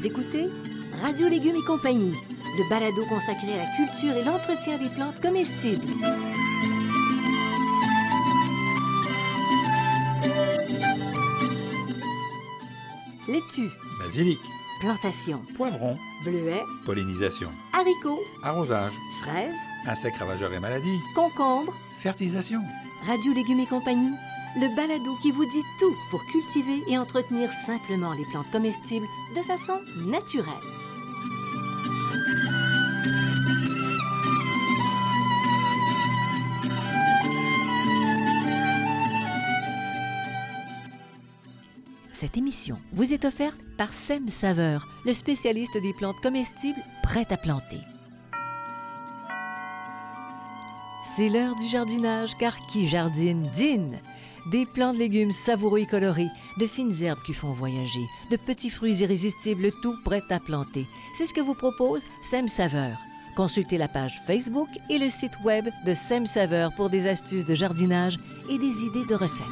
Vous écoutez Radio Légumes et compagnie, le balado consacré à la culture et l'entretien des plantes comestibles. Laitue, Basilic, plantation, poivron, bleuets, pollinisation, haricots, arrosage, fraises, insectes ravageurs et maladies, concombres. fertilisation. Radio Légumes et compagnie, le balado qui vous dit tout pour cultiver et entretenir simplement les plantes comestibles de façon naturelle. Cette émission vous est offerte par Sem Saveur, le spécialiste des plantes comestibles prêtes à planter. C'est l'heure du jardinage, car qui jardine, dîne! Des plants de légumes savoureux et colorés, de fines herbes qui font voyager, de petits fruits irrésistibles, tout prêt à planter. C'est ce que vous propose Sem Saveur. Consultez la page Facebook et le site web de Sem Saveur pour des astuces de jardinage et des idées de recettes.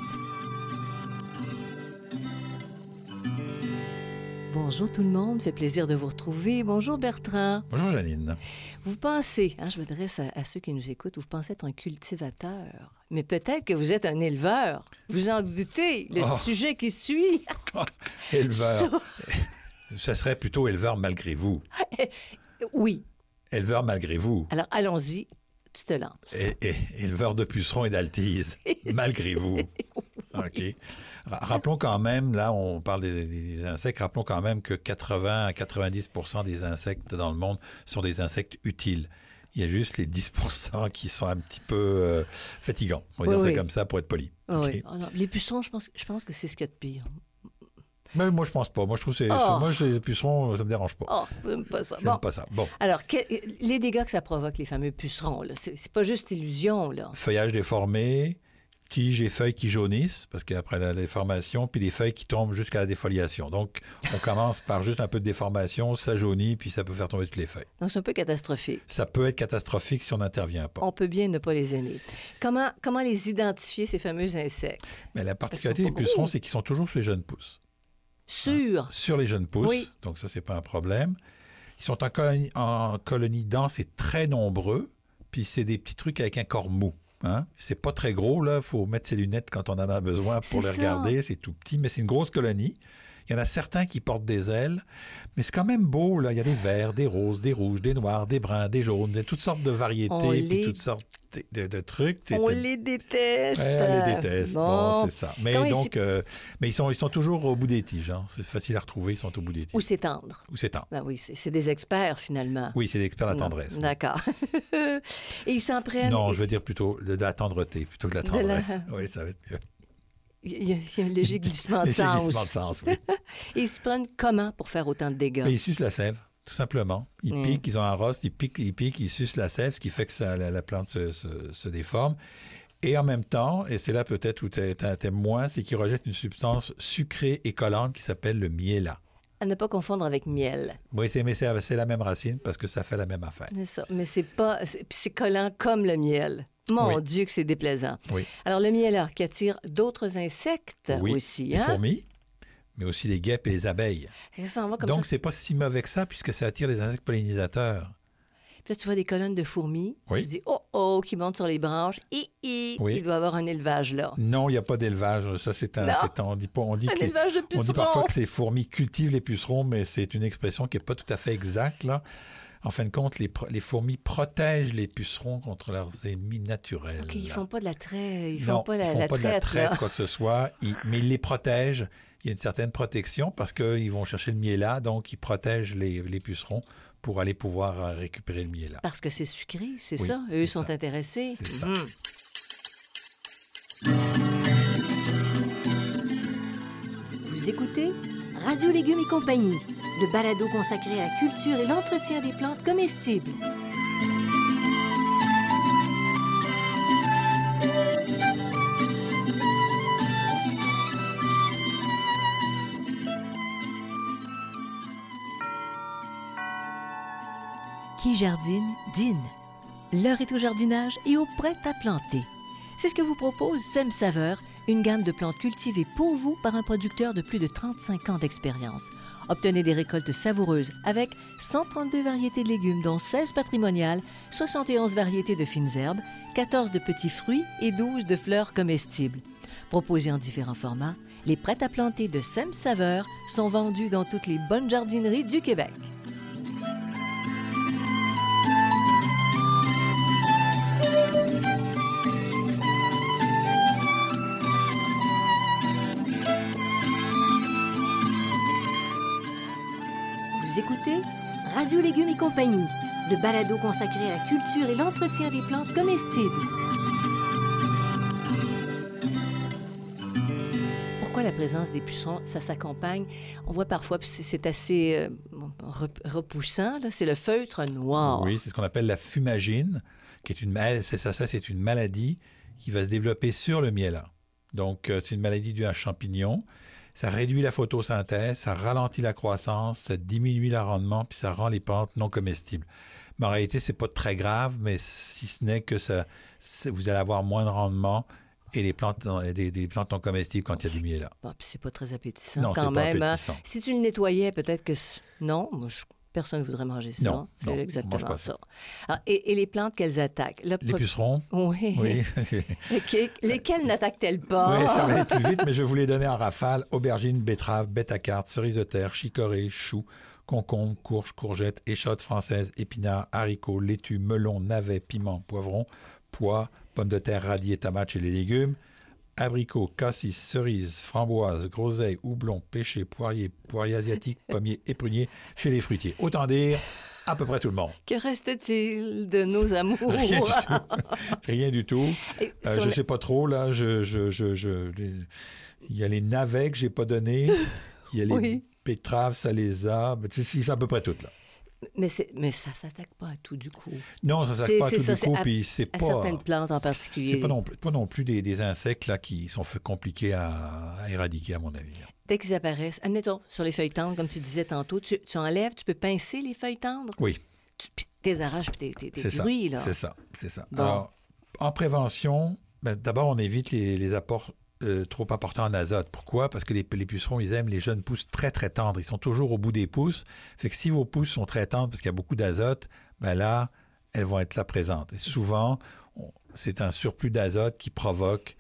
Bonjour tout le monde, fait plaisir de vous retrouver. Bonjour Bertrand. Bonjour Janine. Vous pensez, je m'adresse à ceux qui nous écoutent, vous pensez être un cultivateur, mais peut-être que vous êtes un éleveur. Vous en doutez, le sujet qui suit. Éleveur. Ça serait plutôt éleveur malgré vous. Oui. Éleveur malgré vous. Alors allons-y, tu te lances. Et éleveur de pucerons et d'altises, malgré vous. OK. Rappelons quand même, là, on parle des insectes, rappelons quand même que 80 à 90 % des insectes dans le monde sont des insectes utiles. Il y a juste les 10 % qui sont un petit peu fatigants. On va dire ça comme ça pour être poli. Okay. Oui. Alors, les pucerons, je pense que c'est ce qu'il y a de pire. Mais moi, je pense pas. Moi, je trouve que moi, les pucerons, ça me dérange pas. J'aime pas ça. J'aime pas ça. Bon. Alors, les dégâts que ça provoque, les fameux pucerons, là, c'est pas juste illusion, là. Feuillage déformé, tiges et feuilles qui jaunissent, parce qu'après la déformation, puis les feuilles qui tombent jusqu'à la défoliation. Donc, on commence par juste un peu de déformation, ça jaunit, puis ça peut faire tomber toutes les feuilles. Donc, c'est un peu catastrophique. Ça peut être catastrophique si on n'intervient pas. On peut bien ne pas les aimer. Comment les identifier, ces fameux insectes? Mais la particularité des pucerons, c'est qu'ils sont toujours sur les jeunes pousses. Sur les jeunes pousses, oui. Donc ça, c'est pas un problème. Ils sont en colonie dense et très nombreux, puis c'est des petits trucs avec un corps mou. Hein? C'est pas très gros, là. Il faut mettre ses lunettes quand on en a besoin pour les regarder. C'est tout petit, mais c'est une grosse colonie. Il y en a certains qui portent des ailes, mais c'est quand même beau, là. Il y a des verts, des roses, des rouges, des noirs, des bruns, des jaunes, toutes sortes de variétés, puis toutes sortes de trucs. On les déteste. Ouais, on les déteste. Bon, c'est ça. Mais donc, mais ils sont toujours au bout des tiges. Hein. C'est facile à retrouver, ils sont au bout des tiges. Ou s'étendre. Ben oui, c'est des experts, finalement. Oui, c'est des experts de la tendresse. D'accord. Et ils s'en prennent... Non, je veux dire plutôt de la tendreté, plutôt que de la tendresse. Oui, ça va être mieux. Il y a un léger glissement de sens. Glissement de sens, oui. Et ils se prennent comment pour faire autant de dégâts? Ils sucent la sève, tout simplement. Ils piquent, ils ont un rost, ils piquent, ils sucent la sève, ce qui fait que la plante se déforme. Et en même temps, et c'est là peut-être où tu es moins, c'est qu'ils rejettent une substance sucrée et collante qui s'appelle le miella. À ne pas confondre avec miel. Oui, mais c'est la même racine parce que ça fait la même affaire. C'est ça, mais c'est collant comme le miel. Mon Dieu que c'est déplaisant. Oui. Alors, le miel qui attire d'autres insectes aussi. Les fourmis, mais aussi les guêpes et les abeilles. Donc, c'est pas si mauvais que ça puisque ça attire les insectes pollinisateurs. Puis là, tu vois des colonnes de fourmis. Oui. Tu dis, qui montent sur les branches. Il doit y avoir un élevage là. Non, il n'y a pas d'élevage. Ça, on dit élevage de pucerons. On dit parfois que ces fourmis cultivent les pucerons, mais c'est une expression qui n'est pas tout à fait exacte, là. En fin de compte, les fourmis protègent les pucerons contre leurs ennemis naturels. OK, ils ne font pas de la traite. Ils font pas de la traite, quoi que ce soit. Mais ils les protègent. Il y a une certaine protection parce qu'ils vont chercher le miella, donc ils protègent les pucerons pour aller pouvoir récupérer le miella. Parce que c'est sucré, c'est ça? Eux sont intéressés. C'est ça. Vous écoutez Radio Légumes et compagnie, le balado consacré à la culture et l'entretien des plantes comestibles. Qui jardine, dîne. L'heure est au jardinage et au prêt à planter. C'est ce que vous propose Sem Saveur, une gamme de plantes cultivées pour vous par un producteur de plus de 35 ans d'expérience. Obtenez des récoltes savoureuses avec 132 variétés de légumes, dont 16 patrimoniales, 71 variétés de fines herbes, 14 de petits fruits et 12 de fleurs comestibles. Proposés en différents formats, les prêts à planter de Sem Saveur sont vendus dans toutes les bonnes jardineries du Québec. Vous écoutez Radio Légumes et compagnie, le balado consacré à la culture et l'entretien des plantes comestibles. Pourquoi la présence des pucerons, ça s'accompagne? On voit parfois, puis c'est assez repoussant, là, c'est le feutre noir. Oui, c'est ce qu'on appelle la fumagine, qui est c'est une maladie qui va se développer sur le miella. Donc, c'est une maladie due à un champignon. Ça réduit la photosynthèse, ça ralentit la croissance, ça diminue le rendement, puis ça rend les plantes non comestibles. Mais en réalité, c'est pas très grave, mais si ce n'est que vous allez avoir moins de rendement et des plantes non comestibles quand il y a du miel là. Bon, puis c'est pas très appétissant non, quand c'est même. Pas appétissant. Si tu le nettoyais, peut-être que... Non, moi, personne ne voudrait manger ça. Non, c'est exactement mange pas ça. Alors, et les plantes qu'elles attaquent? Les pucerons? Oui. Lesquelles n'attaquent-elles pas? Oui, ça va aller plus vite, mais je vais vous les donner en rafale. Aubergines, betteraves, bêta-cartes, cerises de terre, chicorée, choux, concombres, courges, courgettes, échalotes françaises, épinards, haricots, laitues, melons, navets, piments, poivrons, pois, pommes de terre, radis et tomates chez les légumes, abricots, cassis, cerises, framboises, groseilles, houblons, pêchers, poiriers asiatiques, pommiers et pruniers chez les fruitiers. Autant dire à peu près tout le monde. Que reste-t-il de nos amours? Rien du tout. Je ne sais pas trop, là. Il y a les navets que je n'ai pas donnés. Il y a les betteraves, ça les a. C'est à peu près tout, là. Mais ça ne s'attaque pas à tout du coup. Non, ça ne s'attaque pas à tout du coup. Puis c'est pas, certaines plantes en particulier. C'est pas non plus des insectes là, qui sont compliqués à éradiquer, à mon avis. Dès qu'ils apparaissent, admettons, sur les feuilles tendres, comme tu disais tantôt, tu enlèves, tu peux pincer les feuilles tendres? Oui. Puis t'es arraches, puis t'es bruits, là. C'est ça. Bon. Alors, en prévention, d'abord, on évite les apports trop importants en azote. Pourquoi? Parce que les pucerons, ils aiment les jeunes pousses très, très tendres. Ils sont toujours au bout des pousses. Fait que si vos pousses sont très tendres parce qu'il y a beaucoup d'azote, ben là, elles vont être là présentes. Et souvent, c'est un surplus d'azote qui provoque...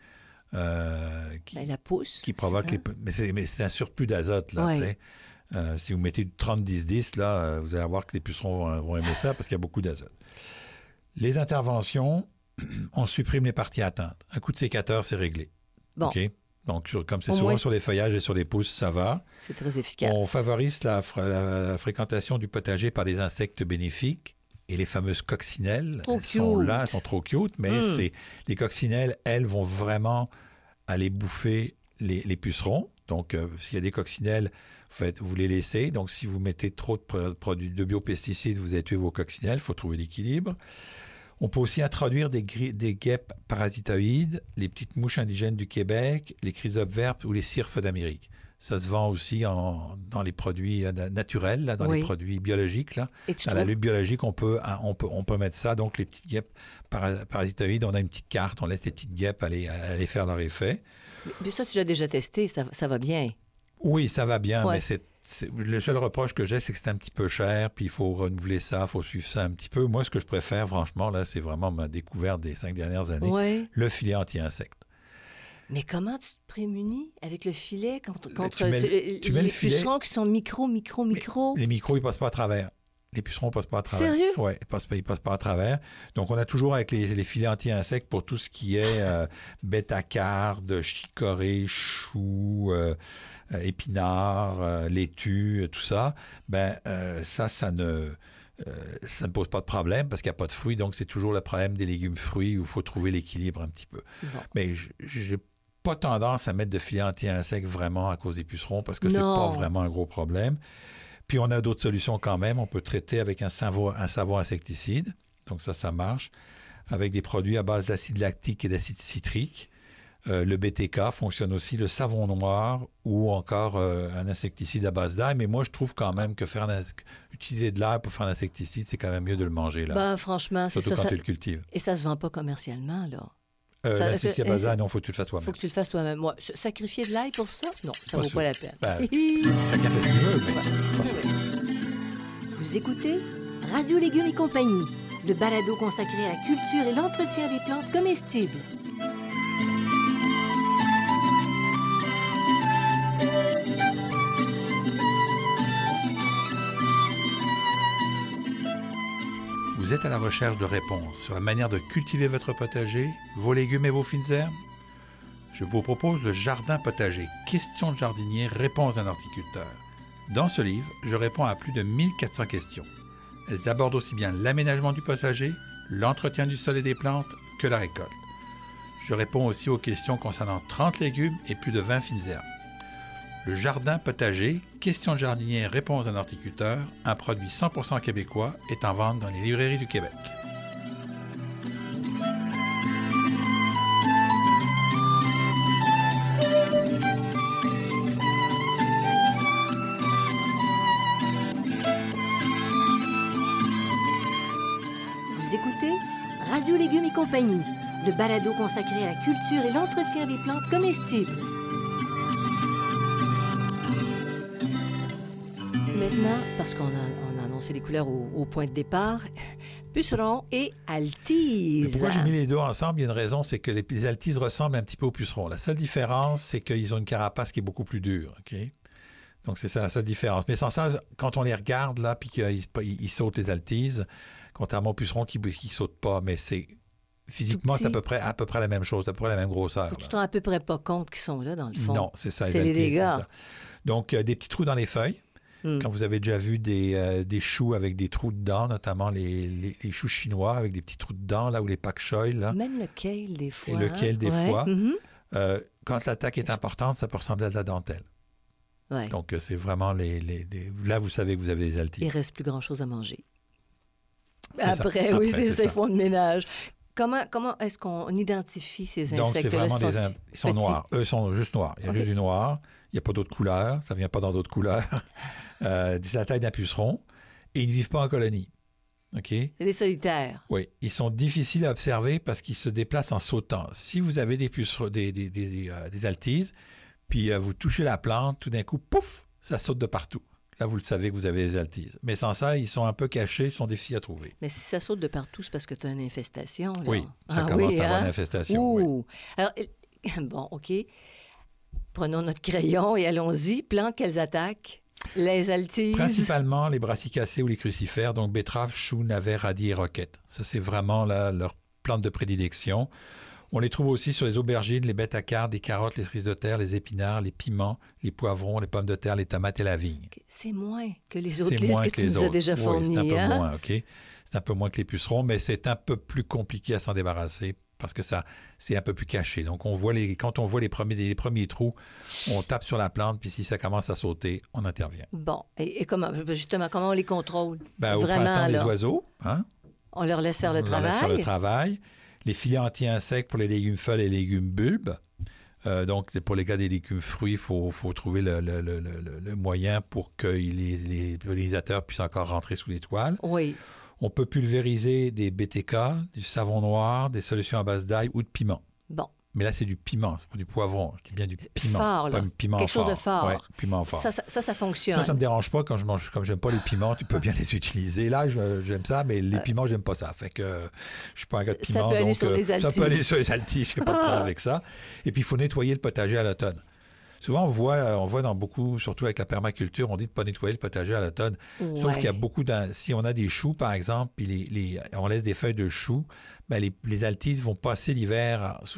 la pousse. Qui provoque les... Mais c'est un surplus d'azote, là, tu sais. Si vous mettez du 30-10-10, là, vous allez voir que les pucerons vont aimer ça parce qu'il y a beaucoup d'azote. Les interventions, on supprime les parties atteintes. Un coup de sécateur, c'est réglé. Bon. OK? Donc, comme c'est souvent sur les feuillages et sur les pousses, ça va. C'est très efficace. On favorise la fréquentation du potager par des insectes bénéfiques. Et les fameuses coccinelles, sont là, elles sont trop cute, mais les coccinelles, elles, vont vraiment aller bouffer les pucerons. Donc, s'il y a des coccinelles, vous les laissez. Donc, si vous mettez trop de produits de biopesticides, vous allez tuer vos coccinelles. Il faut trouver l'équilibre. On peut aussi introduire des guêpes parasitoïdes, les petites mouches indigènes du Québec, les chrysopes vertes ou les cirfes d'Amérique. Ça se vend aussi dans les produits naturels, là, dans les produits biologiques. Là. Dans la lutte biologique, on peut mettre ça. Donc, les petites guêpes parasitoïdes, on a une petite carte, on laisse les petites guêpes aller faire leur effet. Mais ça, tu l'as déjà testé, ça va bien. Oui, ça va bien, mais le seul reproche que j'ai, c'est que c'est un petit peu cher, puis il faut renouveler ça, il faut suivre ça un petit peu. Moi, ce que je préfère, franchement, là, c'est vraiment ma découverte des 5 dernières années, le filet anti-insectes. Mais comment tu te prémunis avec le filet contre les pucerons qui sont micro? Les micros, ils passent pas à travers. Les pucerons ne passent pas à travers. Sérieux? Oui, ils passent pas à travers. Donc, on a toujours avec les filets anti-insectes pour tout ce qui est bêta-carde, chicorée, choux, épinards, laitue, tout ça. Ça ne pose pas de problème parce qu'il n'y a pas de fruits. Donc, c'est toujours le problème des légumes-fruits où il faut trouver l'équilibre un petit peu. Bon. Mais j'ai pas tendance à mettre de filets anti-insectes vraiment à cause des pucerons parce que c'est pas vraiment un gros problème. Puis, on a d'autres solutions quand même. On peut traiter avec un savon insecticide. Donc, ça marche. Avec des produits à base d'acide lactique et d'acide citrique. Le BTK fonctionne aussi. Le savon noir ou encore un insecticide à base d'ail. Mais moi, je trouve quand même que utiliser de l'ail pour faire un insecticide, c'est quand même mieux de le manger. Là. Franchement, c'est ça. Surtout quand tu le cultives. Et ça ne se vend pas commercialement, là? S'il n'y a pas ça, non, il faut que tu le fasses toi-même. Il faut que tu le fasses toi-même. Moi, sacrifier de l'ail pour ça? Non, ça ne vaut pas la peine. Chacun fait ce qu'il veut. Mais... Vous écoutez Radio Légumes et compagnie, le balado consacré à la culture et l'entretien des plantes comestibles. Vous êtes à la recherche de réponses sur la manière de cultiver votre potager, vos légumes et vos fines herbes? Je vous propose le Jardin potager, questions de jardinier, réponses d'un horticulteur. Dans ce livre, je réponds à plus de 1400 questions. Elles abordent aussi bien l'aménagement du potager, l'entretien du sol et des plantes que la récolte. Je réponds aussi aux questions concernant 30 légumes et plus de 20 fines herbes. Le Jardin potager, questions de jardinier, réponses d'un horticulteur, un produit 100% québécois, est en vente dans les librairies du Québec. Vous écoutez Radio Légumes et compagnie, le balado consacré à la culture et l'entretien des plantes comestibles. Maintenant, parce qu'on a annoncé les couleurs au point de départ, puceron et altises. Pourquoi j'ai mis les deux ensemble? Il y a une raison, c'est que les altises ressemblent un petit peu aux pucerons. La seule différence, c'est qu'ils ont une carapace qui est beaucoup plus dure. Okay? Donc, c'est ça la seule différence. Mais sans ça, quand on les regarde, là, puis qu'ils sautent les altises, contrairement aux pucerons qui ne sautent pas, mais c'est... Physiquement, c'est à peu près la même chose, à peu près la même grosseur. Tu te rends à peu près pas compte qu'ils sont là, dans le fond. Non, c'est ça, les altises, dégâts. C'est ça. Donc, des petits trous dans les feuilles. Quand vous avez déjà vu des choux avec des trous dedans, notamment les choux chinois avec des petits trous dedans, là où les pak choi, là. Même le kale, des fois. Et le kale, des fois. Mm-hmm. Quand l'attaque est importante, ça peut ressembler à de la dentelle. Ouais. Donc, c'est vraiment là, vous savez que vous avez des altises. Il ne reste plus grand-chose à manger. Après, c'est ces fonds de ménage. Comment est-ce qu'on identifie ces insectes-là? Donc, c'est vraiment ils sont noirs. Eux, ils sont juste noirs. Il y a juste du noir. Il n'y a pas d'autres couleurs. Ça ne vient pas dans d'autres couleurs. C'est la taille d'un puceron. Et ils ne vivent pas en colonie. OK? C'est des solitaires. Oui. Ils sont difficiles à observer parce qu'ils se déplacent en sautant. Si vous avez des altises, puis vous touchez la plante, tout d'un coup, pouf, ça saute de partout. Là, vous le savez que vous avez des altises. Mais sans ça, ils sont un peu cachés, ils sont difficiles à trouver. Mais si ça saute de partout, c'est parce que tu as une infestation. Là. Oui, ça commence à avoir une infestation. Oui. Alors, bon, OK. Prenons notre crayon et allons-y. Plantes qu'elles attaquent? Les altises? Principalement les brassicacées ou les crucifères, donc betteraves, choux, navets, radis et roquettes. Ça, c'est vraiment leur plante de prédilection. On les trouve aussi sur les aubergines, les bêtes à cartes, les carottes, les cerises de terre, les épinards, les piments, les poivrons, les pommes de terre, les tomates et la vigne. C'est moins que les autres listes que tu nous as déjà fournies. Oui, c'est un peu moins, OK? C'est un peu moins que les pucerons, mais c'est un peu plus compliqué à s'en débarrasser parce que c'est un peu plus caché. Donc, quand on voit les premiers trous, on tape sur la plante, puis si ça commence à sauter, on intervient. Bon. Et comment on les contrôle? Au printemps, les oiseaux. Hein? On leur laisse faire le travail. Les filets anti-insectes pour les légumes feuilles et les légumes bulbes. Donc, pour les gars des légumes fruits, il faut trouver le moyen pour que les pollinisateurs puissent encore rentrer sous les toiles. Oui. On peut pulvériser des BTK, du savon noir, des solutions à base d'ail ou de piment. Bon. Mais là, c'est du piment, c'est pas du poivron. Je dis bien du piment. Fort, là. Pas un piment quelque fort. Chose de fort. Ouais, piment fort. Ça fonctionne. Ça me dérange pas quand je mange. Comme j'aime pas les piments, tu peux bien les utiliser. Là, j'aime ça, mais les piments, j'aime pas ça. Fait que je suis pas un gars de piment. Ça peut aller sur les altises. Ça peut aller sur les altises. Je n'ai pas de problème avec ça. Et puis, il faut nettoyer le potager à l'automne. Souvent, on voit dans beaucoup, surtout avec la permaculture, on dit de ne pas nettoyer le potager à l'automne. Ouais. Sauf qu'il y a beaucoup... Si on a des choux, par exemple, puis on laisse des feuilles de choux, ben les altises vont passer l'hiver sous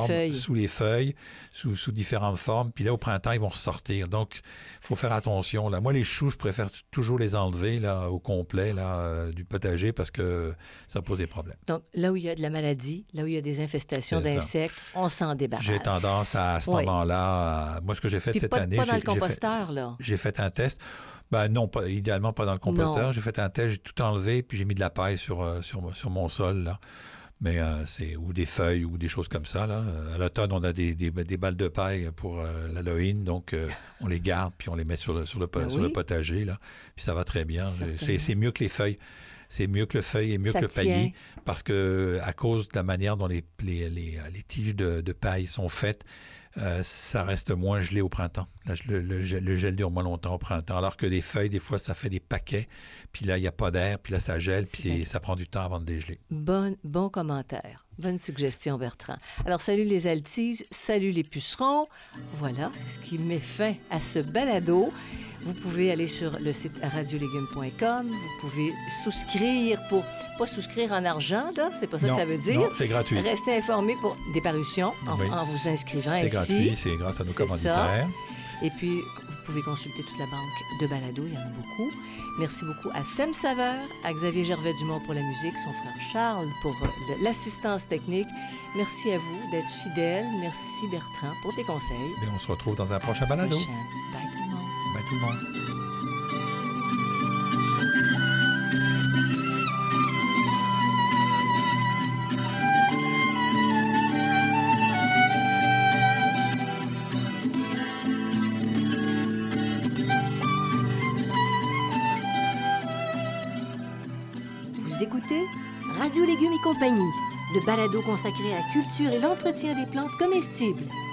les feuilles, sous différentes formes. Puis là, au printemps, ils vont ressortir. Donc, il faut faire attention. Là. Moi, les choux, je préfère toujours les enlever là, au complet du potager parce que ça pose des problèmes. Donc, là où il y a de la maladie, là où il y a des infestations d'insectes, on s'en débarrasse. J'ai tendance à ce moment-là... Moi, ce que j'ai fait cette année... Pas dans le composteur, là? J'ai fait un test. Ben non, idéalement pas dans le composteur. Non. J'ai fait un test, j'ai tout enlevé, puis j'ai mis de la paille sur mon sol, là. Mais ou des feuilles ou des choses comme ça, là. À l'automne, on a des balles de paille pour l'Halloween, donc on les garde, puis on les met sur le potager, là. Puis ça va très bien. C'est mieux que les feuilles. c'est mieux que le feuille et mieux que le paillis, parce que à cause de la manière dont les tiges de paille sont faites, ça reste moins gelé au printemps. Là, le gel dure moins longtemps au printemps, alors que les feuilles, des fois, ça fait des paquets, puis là, il n'y a pas d'air, puis là, ça gèle, puis ça prend du temps avant de dégeler. Bon commentaire. Bonne suggestion, Bertrand. Alors, salut les altises, salut les pucerons. Voilà, c'est ce qui met fin à ce balado. Vous pouvez aller sur le site radiolégumes.com. Vous pouvez souscrire pas souscrire en argent, là, c'est pas ça que ça veut dire. Non, c'est gratuit. Restez informés pour des parutions en vous inscrivant ici. C'est gratuit, c'est grâce à nos commanditaires. Et puis, vous pouvez consulter toute la banque de balado, il y en a beaucoup. Merci beaucoup à Sam Saveur, à Xavier Gervais-Dumont pour la musique, son frère Charles pour l'assistance technique. Merci à vous d'être fidèles. Merci Bertrand pour tes conseils. Et on se retrouve dans un prochain balado. Bye tout le monde. Bye tout le monde. Vous écoutez Radio Légumes et compagnie, le balado consacré à la culture et l'entretien des plantes comestibles.